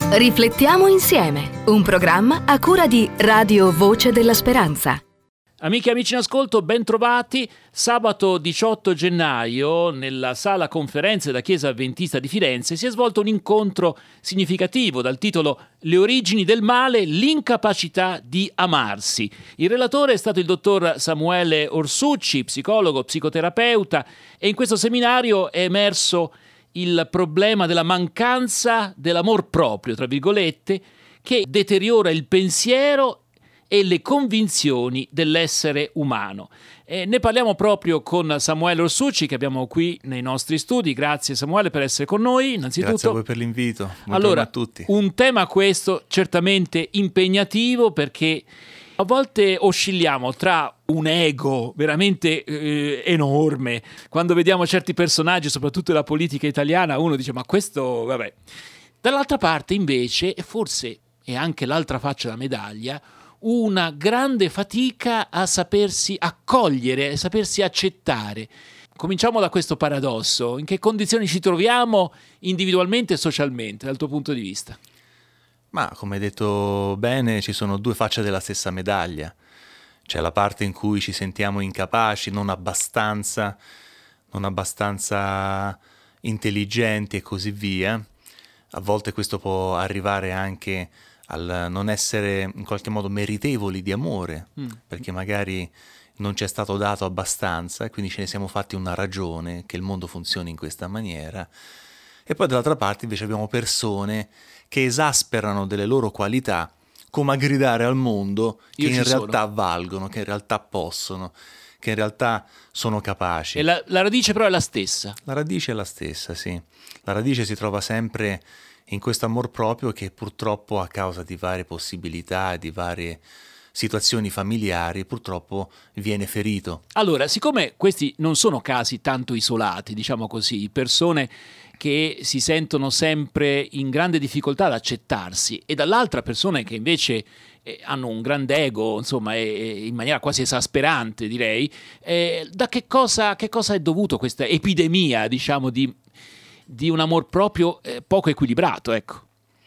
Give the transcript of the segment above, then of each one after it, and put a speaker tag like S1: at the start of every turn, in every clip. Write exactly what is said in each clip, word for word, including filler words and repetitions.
S1: Riflettiamo insieme, un programma a cura di Radio Voce della Speranza.
S2: Amiche e amici in ascolto, ben trovati. Sabato diciotto gennaio, nella sala conferenze della Chiesa Adventista di Firenze, si è svolto un incontro significativo dal titolo Le origini del male, l'incapacità di amarsi. Il relatore è stato il dottor Samuele Orsucci, psicologo, psicoterapeuta, e in questo seminario è emerso il problema della mancanza dell'amor proprio, tra virgolette, che deteriora il pensiero e le convinzioni dell'essere umano. E ne parliamo proprio con Samuele Orsucci, che abbiamo qui nei nostri studi. Grazie Samuele per essere con noi, innanzitutto.
S3: Grazie a voi per l'invito. Buongiorno
S2: allora,
S3: a tutti.
S2: Un tema questo certamente impegnativo, perché a volte oscilliamo tra un ego veramente eh, enorme. Quando vediamo certi personaggi, soprattutto della politica italiana, uno dice ma questo, vabbè. Dall'altra parte invece, e forse è anche l'altra faccia della medaglia, una grande fatica a sapersi accogliere, a sapersi accettare. Cominciamo da questo paradosso. In che condizioni ci troviamo individualmente e socialmente, dal tuo punto di vista?
S3: Ma, come hai detto bene, ci sono due facce della stessa medaglia. C'è la parte in cui ci sentiamo incapaci, non abbastanza, non abbastanza intelligenti e così via. A volte questo può arrivare anche al non essere in qualche modo meritevoli di amore, mm. perché magari non ci è stato dato abbastanza e quindi ce ne siamo fatti una ragione che il mondo funzioni in questa maniera. E poi dall'altra parte invece abbiamo persone che esasperano delle loro qualità come a gridare al mondo che
S2: Io
S3: in
S2: ci
S3: realtà
S2: sono.
S3: valgono, che in realtà possono, che in realtà sono capaci.
S2: E la, la radice però è la stessa.
S3: La radice è la stessa, sì. La radice si trova sempre in questo amor proprio che purtroppo, a causa di varie possibilità e di varie situazioni familiari, purtroppo viene ferito.
S2: Allora, siccome questi non sono casi tanto isolati, diciamo così, persone che si sentono sempre in grande difficoltà ad accettarsi, e dall'altra persone che invece eh, hanno un grande ego, insomma, e, e in maniera quasi esasperante, direi, eh, da che cosa, che cosa è dovuto questa epidemia, diciamo, di, di un amor proprio eh, poco equilibrato, ecco?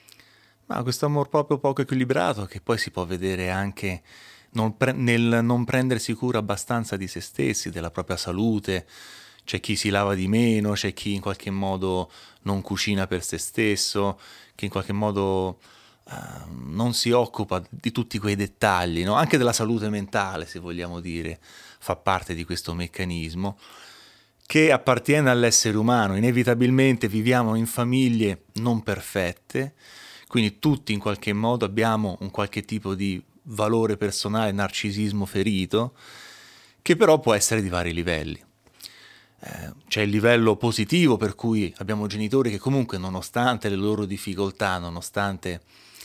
S3: Ma questo amor proprio poco equilibrato che poi si può vedere anche non pre- nel non prendersi cura abbastanza di se stessi, della propria salute. C'è chi si lava di meno, c'è chi in qualche modo non cucina per se stesso, che in qualche modo uh, non si occupa di tutti quei dettagli, no? Anche della salute mentale, se vogliamo dire, fa parte di questo meccanismo che appartiene all'essere umano. Inevitabilmente viviamo in famiglie non perfette, quindi tutti in qualche modo abbiamo un qualche tipo di valore personale, narcisismo ferito, che però può essere di vari livelli. Eh, c'è il livello positivo, per cui abbiamo genitori che comunque, nonostante le loro difficoltà, nonostante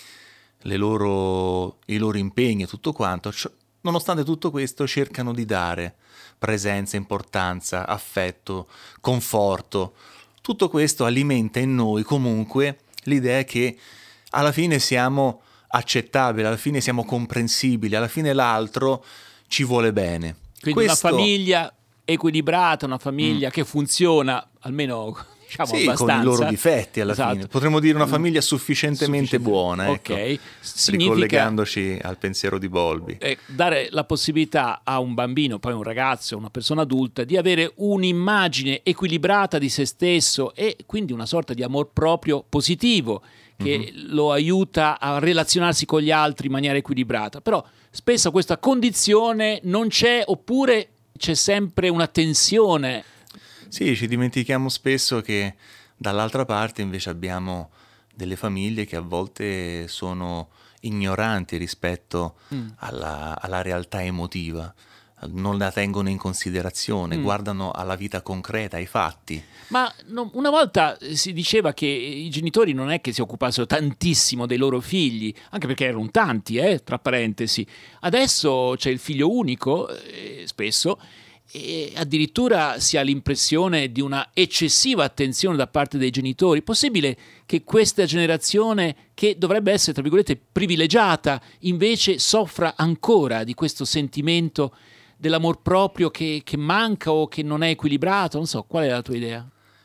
S3: le loro, i loro impegni e tutto quanto, cioè, nonostante tutto questo cercano di dare presenza, importanza, affetto, conforto. Tutto questo alimenta in noi comunque l'idea che alla fine siamo accettabili, alla fine siamo comprensibili, alla fine l'altro ci vuole bene.
S2: Quindi
S3: Questo...
S2: una famiglia equilibrata, una famiglia mm. che funziona almeno, diciamo,
S3: sì,
S2: abbastanza.
S3: con i loro difetti alla
S2: esatto.
S3: fine. Potremmo dire una famiglia sufficientemente Sufficiente. buona, ecco,
S2: ok. Significa,
S3: ricollegandoci al pensiero di Bowlby.
S2: Eh, dare la possibilità a un bambino, poi un ragazzo, una persona adulta, di avere un'immagine equilibrata di se stesso e quindi una sorta di amor proprio positivo che mm-hmm. lo aiuta a relazionarsi con gli altri in maniera equilibrata. Però spesso questa condizione non c'è, oppure c'è sempre una tensione.
S3: Sì, ci dimentichiamo spesso che dall'altra parte invece abbiamo delle famiglie che a volte sono ignoranti rispetto mm. alla, alla realtà emotiva, non la tengono in considerazione, mm. guardano alla vita concreta, ai fatti.
S2: Ma no, una volta si diceva che i genitori non è che si occupassero tantissimo dei loro figli, anche perché erano tanti, eh, tra parentesi. Adesso c'è il figlio unico, eh, spesso, e addirittura si ha l'impressione di una eccessiva attenzione da parte dei genitori. Possibile che questa generazione, che dovrebbe essere, tra virgolette, privilegiata, invece soffra ancora di questo sentimento dell'amor proprio che, che manca o che non è equilibrato? Non so, qual è la tua idea?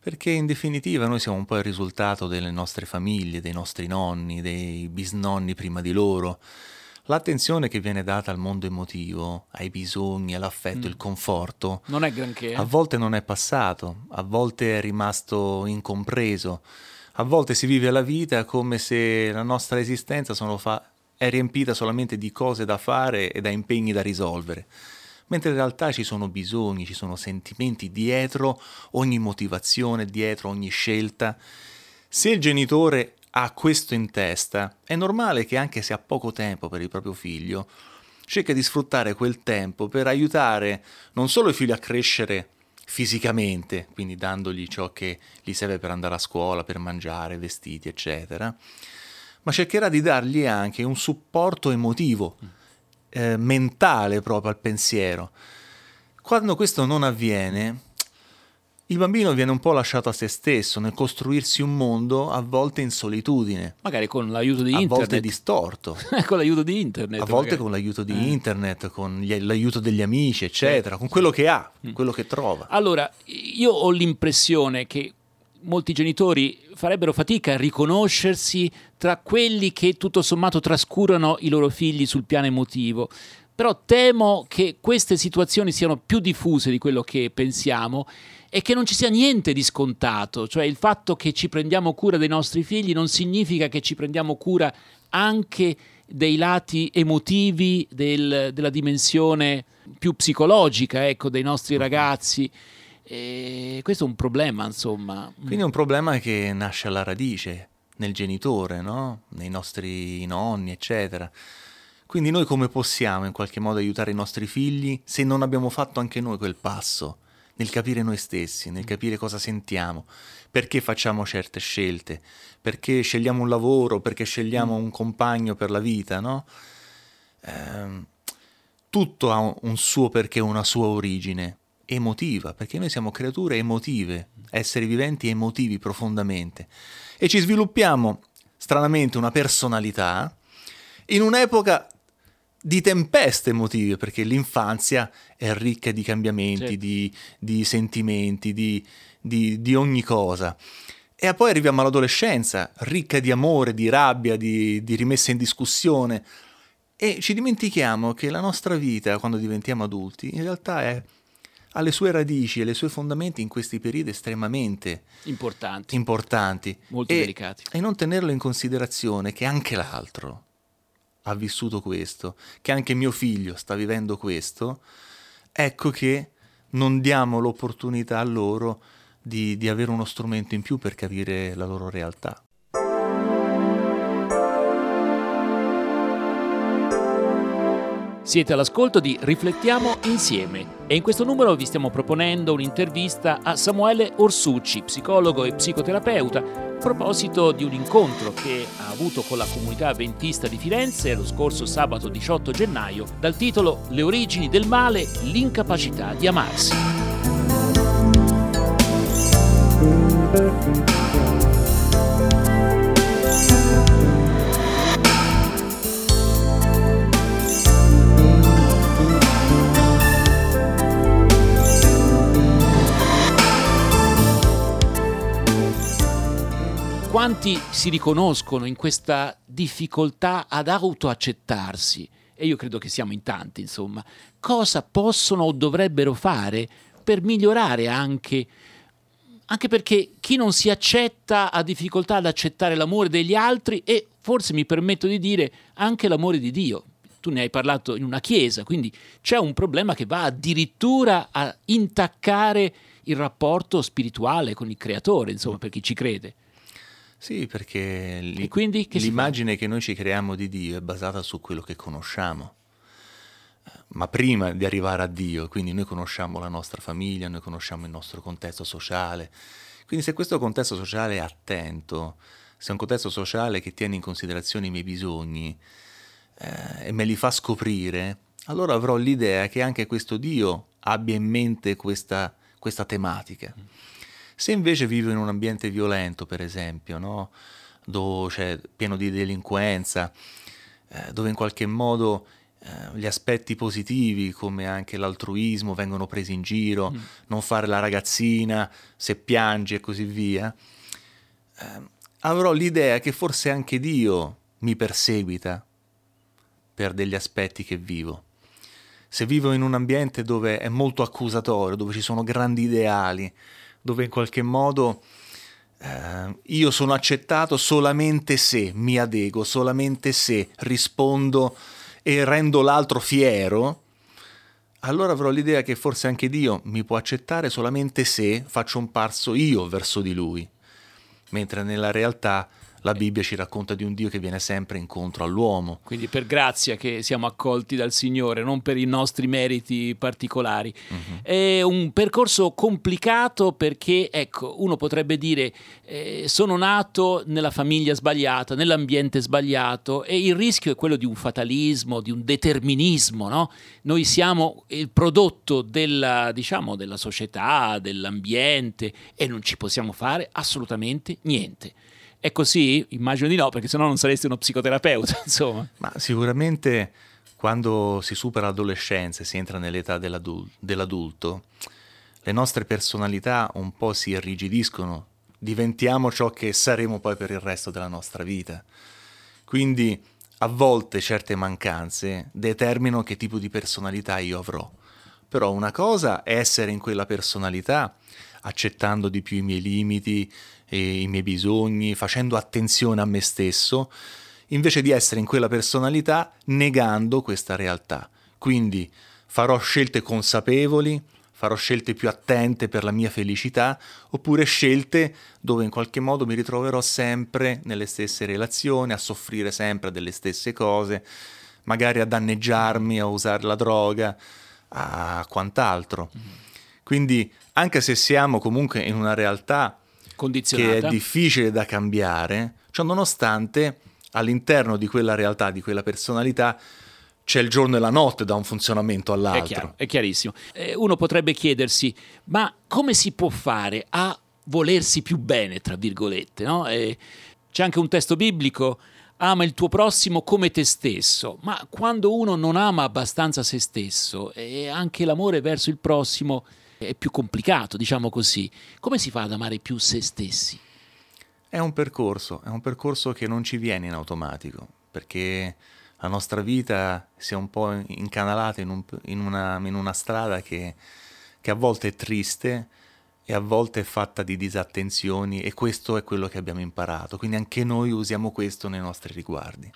S3: Perché in definitiva noi siamo un po' il risultato delle nostre famiglie, dei nostri nonni, dei bisnonni prima di loro. L'attenzione che viene data al mondo emotivo, ai bisogni, all'affetto,
S2: Mm.
S3: il conforto,
S2: Non è granché. eh?
S3: a volte non è passato, a volte è rimasto incompreso, a volte si vive la vita come se la nostra esistenza sono fa- è riempita solamente di cose da fare e da impegni da risolvere, mentre in realtà ci sono bisogni, ci sono sentimenti dietro ogni motivazione, dietro ogni scelta. Se il genitore ha questo in testa, è normale che anche se ha poco tempo per il proprio figlio, cerca di sfruttare quel tempo per aiutare non solo il figlio a crescere fisicamente, quindi dandogli ciò che gli serve per andare a scuola, per mangiare, vestiti, eccetera, ma cercherà di dargli anche un supporto emotivo, eh, mentale proprio al pensiero. Quando questo non avviene, il bambino viene un po' lasciato a se stesso nel costruirsi un mondo a volte in solitudine,
S2: Magari con l'aiuto di
S3: a
S2: internet.
S3: volte distorto,
S2: con l'aiuto di internet.
S3: a volte
S2: magari.
S3: con l'aiuto di
S2: Eh.
S3: internet, con gli- l'aiuto degli amici, eccetera, con quello che ha, quello che trova.
S2: Allora, io ho l'impressione che molti genitori farebbero fatica a riconoscersi tra quelli che tutto sommato trascurano i loro figli sul piano emotivo. Però temo che queste situazioni siano più diffuse di quello che pensiamo e che non ci sia niente di scontato, cioè il fatto che ci prendiamo cura dei nostri figli non significa che ci prendiamo cura anche dei lati emotivi, del- della dimensione più psicologica, ecco, dei nostri ragazzi. E questo è un problema, insomma.
S3: Quindi è un problema che nasce alla radice, nel genitore, no? Nei nostri nonni, eccetera. Quindi noi come possiamo in qualche modo aiutare i nostri figli se non abbiamo fatto anche noi quel passo nel capire noi stessi, nel capire cosa sentiamo, perché facciamo certe scelte, perché scegliamo un lavoro, perché scegliamo un compagno per la vita, no? Ehm, tutto ha un- un suo perché, una sua origine emotiva, perché noi siamo creature emotive, esseri viventi emotivi profondamente e ci sviluppiamo stranamente una personalità in un'epoca di tempeste emotive, perché l'infanzia è ricca di cambiamenti,
S2: Certo.
S3: di, di sentimenti, di, di, di ogni cosa. E poi arriviamo all'adolescenza, ricca di amore, di rabbia, di, di rimessa in discussione. E ci dimentichiamo che la nostra vita, quando diventiamo adulti, in realtà è, ha le sue radici e le sue fondamenti in questi periodi estremamente
S2: Importanti,
S3: importanti.
S2: molto
S3: e,
S2: delicati.
S3: E non tenerlo in considerazione che anche l'altro ha vissuto questo, che anche mio figlio sta vivendo questo, ecco che non diamo l'opportunità a loro di, di avere uno strumento in più per capire la loro realtà.
S2: Siete all'ascolto di Riflettiamo insieme e in questo numero vi stiamo proponendo un'intervista a Samuele Orsucci, psicologo e psicoterapeuta, a proposito di un incontro che ha avuto con la comunità avventista di Firenze lo scorso sabato diciotto gennaio dal titolo Le origini del male, l'incapacità di amarsi. Quanti si riconoscono in questa difficoltà ad autoaccettarsi? E io credo che siamo in tanti, insomma. Cosa possono o dovrebbero fare per migliorare anche, anche perché chi non si accetta ha difficoltà ad accettare l'amore degli altri e, forse mi permetto di dire, anche l'amore di Dio. Tu ne hai parlato in una chiesa, quindi c'è un problema che va addirittura a intaccare il rapporto spirituale con il Creatore, insomma, per chi ci crede.
S3: Sì, perché l'i-
S2: E quindi che si
S3: l'immagine che noi ci creiamo di Dio è basata su quello che conosciamo. Ma prima di arrivare a Dio, quindi noi conosciamo la nostra famiglia, noi conosciamo il nostro contesto sociale. Quindi se questo contesto sociale è attento, se è un contesto sociale che tiene in considerazione i miei bisogni eh, e me li fa scoprire, allora avrò l'idea che anche questo Dio abbia in mente questa, questa tematica. Se invece vivo in un ambiente violento, per esempio, no? Dove c'è pieno di delinquenza, eh, dove in qualche modo eh, gli aspetti positivi come anche l'altruismo vengono presi in giro, mm. non fare la ragazzina se piangi e così via, eh, avrò l'idea che forse anche Dio mi perseguita per degli aspetti che vivo. Se vivo in un ambiente dove è molto accusatorio, dove ci sono grandi ideali, dove in qualche modo eh, io sono accettato solamente se mi adeguo, solamente se rispondo e rendo l'altro fiero, allora avrò l'idea che forse anche Dio mi può accettare solamente se faccio un passo io verso di Lui, mentre nella realtà la Bibbia ci racconta di un Dio che viene sempre incontro all'uomo.
S2: Quindi per grazia che siamo accolti dal Signore, non per i nostri meriti particolari. Uh-huh. È un percorso complicato perché, ecco, uno potrebbe dire eh, sono nato nella famiglia sbagliata, nell'ambiente sbagliato, e il rischio è quello di un fatalismo, di un determinismo, no? Noi siamo il prodotto della, diciamo, della società, dell'ambiente, e non ci possiamo fare assolutamente niente. È così? Immagino di no, perché sennò non saresti uno psicoterapeuta, insomma.
S3: Ma sicuramente quando si supera l'adolescenza e si entra nell'età dell'adul- dell'adulto, le nostre personalità un po' si irrigidiscono, diventiamo ciò che saremo poi per il resto della nostra vita. Quindi a volte certe mancanze determinano che tipo di personalità io avrò. Però una cosa è essere in quella personalità, accettando di più i miei limiti e i miei bisogni, facendo attenzione a me stesso, invece di essere in quella personalità negando questa realtà. Quindi farò scelte consapevoli, farò scelte più attente per la mia felicità, oppure scelte dove in qualche modo mi ritroverò sempre nelle stesse relazioni, a soffrire sempre delle stesse cose, magari a danneggiarmi, a usare la droga, a quant'altro. Quindi anche se siamo comunque in una realtà che è difficile da cambiare, ciò nonostante all'interno di quella realtà, di quella personalità, c'è il giorno e la notte da un funzionamento all'altro.
S2: È chiaro, è chiarissimo. Eh, uno potrebbe chiedersi, ma come si può fare a volersi più bene, tra virgolette, no? Eh, c'è anche un testo biblico, ama il tuo prossimo come te stesso, ma quando uno non ama abbastanza se stesso, e anche l'amore verso il prossimo è più complicato, diciamo così. Come si fa ad amare più se stessi?
S3: È un percorso, è un percorso che non ci viene in automatico, perché la nostra vita si è un po' incanalata in, un, in, una, in una strada che, che a volte è triste e a volte è fatta di disattenzioni, e questo è quello che abbiamo imparato, quindi anche noi usiamo questo nei nostri riguardi.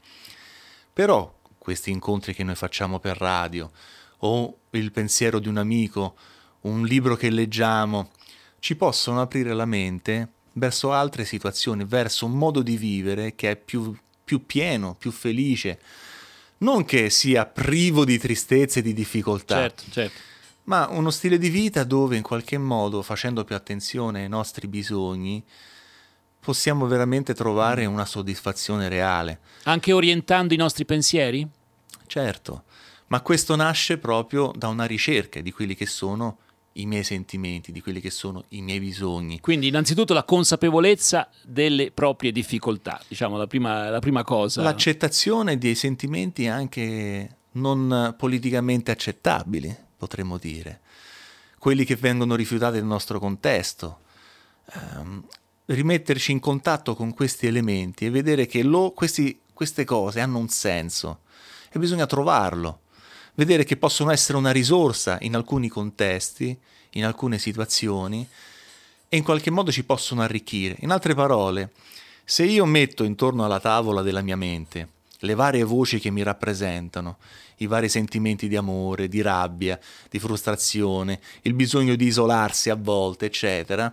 S3: Però questi incontri che noi facciamo per radio, o il pensiero di un amico, un libro che leggiamo, ci possono aprire la mente verso altre situazioni, verso un modo di vivere che è più, più pieno, più felice, non che sia privo di tristezze e di difficoltà,
S2: certo, certo.
S3: ma uno stile di vita dove in qualche modo, facendo più attenzione ai nostri bisogni, possiamo veramente trovare una soddisfazione reale.
S2: Anche orientando i nostri pensieri?
S3: Certo, ma questo nasce proprio da una ricerca di quelli che sono i miei sentimenti, di quelli che sono i miei bisogni.
S2: Quindi innanzitutto la consapevolezza delle proprie difficoltà, diciamo la prima, la prima cosa.
S3: L'accettazione dei sentimenti anche non politicamente accettabili, potremmo dire. Quelli che vengono rifiutati nel nostro contesto. Um, rimetterci in contatto con questi elementi e vedere che lo, questi, queste cose hanno un senso e bisogna trovarlo. Vedere che possono essere una risorsa in alcuni contesti, in alcune situazioni, e in qualche modo ci possono arricchire. In altre parole, se io metto intorno alla tavola della mia mente le varie voci che mi rappresentano, i vari sentimenti di amore, di rabbia, di frustrazione, il bisogno di isolarsi a volte, eccetera,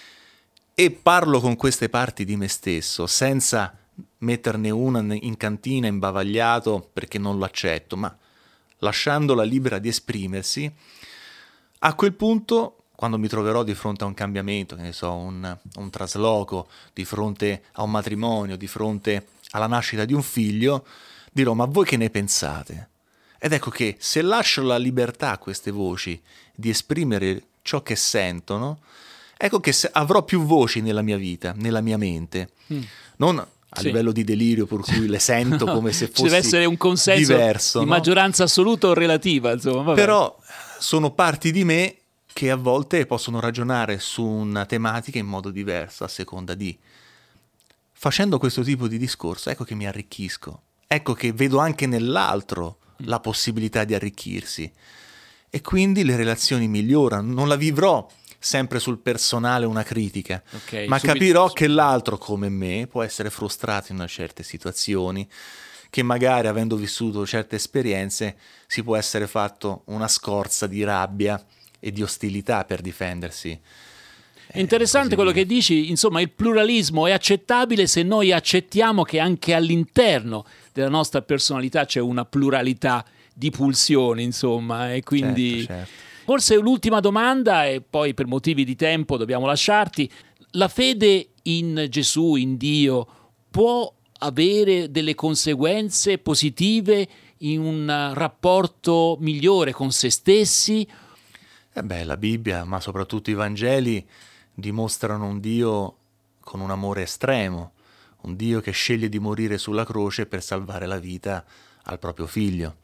S3: e parlo con queste parti di me stesso senza metterne una in cantina imbavagliato perché non lo accetto, ma lasciandola libera di esprimersi, a quel punto, quando mi troverò di fronte a un cambiamento, che ne so, un, un trasloco, di fronte a un matrimonio, di fronte alla nascita di un figlio, dirò: ma voi che ne pensate? Ed ecco che se lascio la libertà a queste voci di esprimere ciò che sentono, ecco che avrò più voci nella mia vita, nella mia mente. Mm. Non a
S2: sì.
S3: livello di delirio, per cui le sento no, come se fossi
S2: ci deve essere un consenso
S3: diverso,
S2: di
S3: no?
S2: maggioranza assoluta o relativa, insomma. Vabbè.
S3: Però sono parti di me che a volte possono ragionare su una tematica in modo diverso a seconda di... Facendo questo tipo di discorso, ecco che mi arricchisco, ecco che vedo anche nell'altro la possibilità di arricchirsi e quindi le relazioni migliorano. Non la vivrò sempre sul personale una critica,
S2: okay,
S3: ma
S2: subito,
S3: capirò
S2: subito.
S3: che l'altro come me può essere frustrato in certe situazioni, che magari avendo vissuto certe esperienze si può essere fatto una scorza di rabbia e di ostilità per difendersi.
S2: È interessante quello che dici, insomma il pluralismo è accettabile se noi accettiamo che anche all'interno della nostra personalità c'è una pluralità di pulsioni, insomma, e quindi
S3: certo, certo.
S2: Forse l'ultima domanda, e poi per motivi di tempo dobbiamo lasciarti: la fede in Gesù, in Dio, può avere delle conseguenze positive in un rapporto migliore con se stessi?
S3: Eh beh, la Bibbia, ma soprattutto i Vangeli, dimostrano un Dio con un amore estremo, un Dio che sceglie di morire sulla croce per salvare la vita al proprio figlio.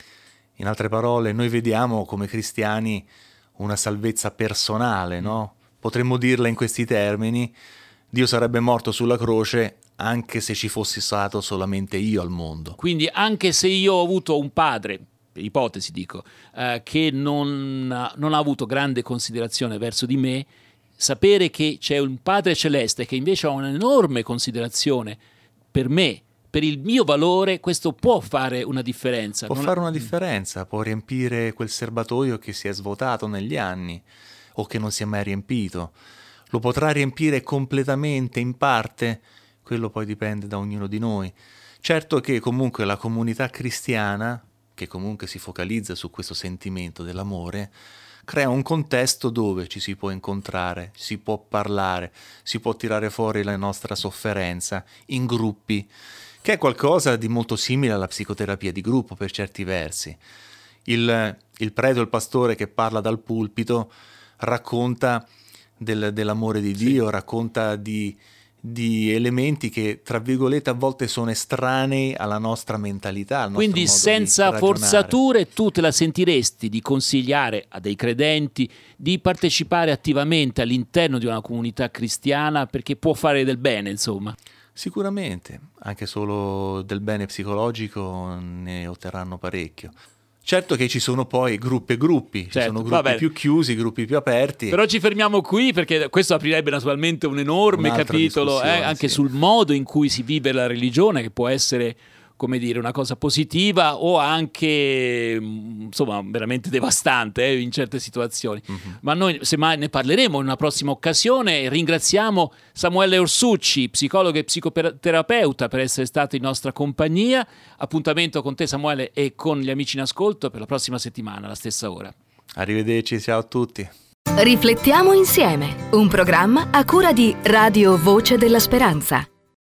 S3: In altre parole, noi vediamo come cristiani una salvezza personale, no? Potremmo dirla in questi termini: Dio sarebbe morto sulla croce anche se ci fossi stato solamente io al mondo.
S2: Quindi anche se io ho avuto un padre, per ipotesi dico, eh, che non, non ha avuto grande considerazione verso di me, sapere che c'è un Padre Celeste che invece ha un'enorme considerazione per me, per il mio valore, questo può fare una differenza.
S3: Può
S2: non...
S3: fare una differenza, può riempire quel serbatoio che si è svuotato negli anni o che non si è mai riempito. Lo potrà riempire completamente, in parte, quello poi dipende da ognuno di noi. Certo che comunque la comunità cristiana, che comunque si focalizza su questo sentimento dell'amore, crea un contesto dove ci si può incontrare, si può parlare, si può tirare fuori la nostra sofferenza in gruppi, che è qualcosa di molto simile alla psicoterapia di gruppo per certi versi. Il, il prete o il pastore che parla dal pulpito racconta del, dell'amore di Dio, sì. racconta di, di elementi che, tra virgolette, a volte sono estranei alla nostra mentalità. Al
S2: Quindi
S3: nostro modo
S2: senza
S3: di
S2: forzature tu te la sentiresti di consigliare a dei credenti di partecipare attivamente all'interno di una comunità cristiana, perché può fare del bene, insomma?
S3: Sicuramente, anche solo del bene psicologico ne otterranno parecchio. Certo che ci sono poi gruppi e gruppi, certo, ci sono gruppi vabbè. più chiusi, gruppi più aperti.
S2: Però ci fermiamo qui perché questo aprirebbe naturalmente un enorme
S3: Un'altra
S2: capitolo eh, anche
S3: sì.
S2: sul modo in cui si vive la religione, che può essere, come dire, una cosa positiva o anche, insomma, veramente devastante eh, in certe situazioni. Mm-hmm. Ma noi semmai ne parleremo in una prossima occasione. Ringraziamo Samuele Orsucci, psicologo e psicoterapeuta, per essere stato in nostra compagnia. Appuntamento con te, Samuele, e con gli amici in ascolto per la prossima settimana, alla stessa ora.
S3: Arrivederci, ciao a tutti.
S1: Riflettiamo insieme, un programma a cura di Radio Voce della Speranza.